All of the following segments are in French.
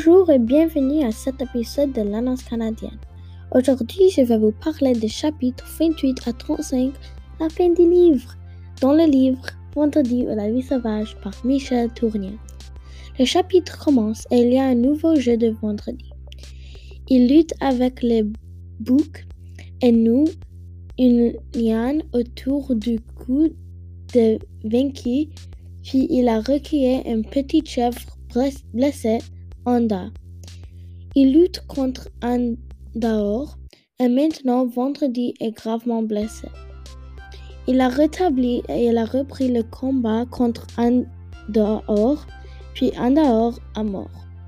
Bonjour et bienvenue à cet épisode de l'Annonce canadienne. Aujourd'hui, je vais vous parler des chapitres 28 à 35, la fin du livre, dans le livre Vendredi ou la vie sauvage par Michel Tournier. Le chapitre commence et il y a un nouveau jeu de vendredi. Il lutte avec les boucs et noue une liane autour du cou de vaincu, puis il a recueilli une petite chèvre blessée, Anda. Il lutte contre Andaor et maintenant Vendredi est gravement blessé. Il a rétabli et il a repris le combat contre Andaor, puis Andaor est mort.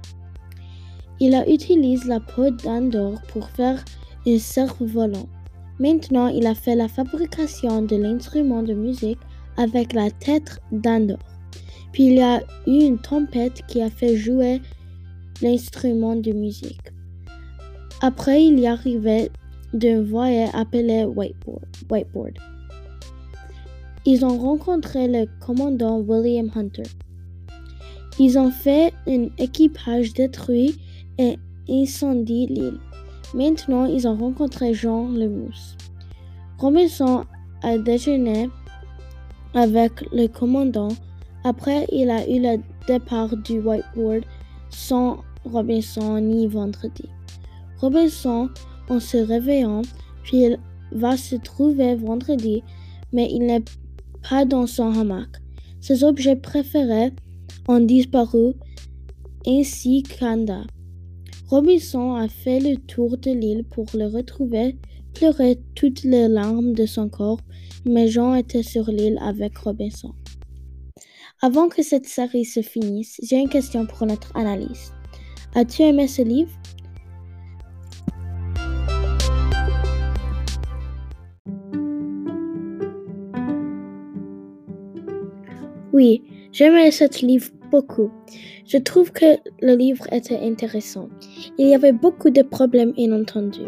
Il a utilisé la peau d'Andor pour faire un cerf-volant. Maintenant, il a fait la fabrication de l'instrument de musique avec la tête d'Andor. Puis il y a eu une tempête qui a fait jouer l'instrument de musique. Après, il y arrivait d'un voilier appelé Whiteboard. Ils ont rencontré le commandant William Hunter. Ils ont fait un équipage détruit et incendié l'île. Maintenant, ils ont rencontré Jean le Mousse. Robinson a déjeuné avec le commandant. Après, il a eu le départ du Whiteboard sans Robinson ni Vendredi. Robinson, en se réveillant, puis il va se trouver Vendredi, mais il n'est pas dans son hamac. Ses objets préférés ont disparu, ainsi qu'Anda. Robinson a fait le tour de l'île pour le retrouver, pleurait toutes les larmes de son corps, mais Jean était sur l'île avec Robinson. Avant que cette série se finisse, j'ai une question pour notre analyse. As-tu aimé ce livre? Oui, j'aimais ce livre beaucoup. Je trouve que le livre était intéressant. Il y avait beaucoup de problèmes inentendus.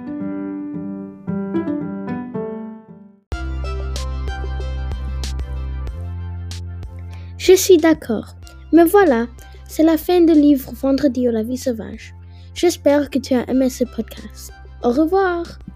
Je suis d'accord. Mais voilà, c'est la fin du livre Vendredi ou la vie sauvage. J'espère que tu as aimé ce podcast. Au revoir!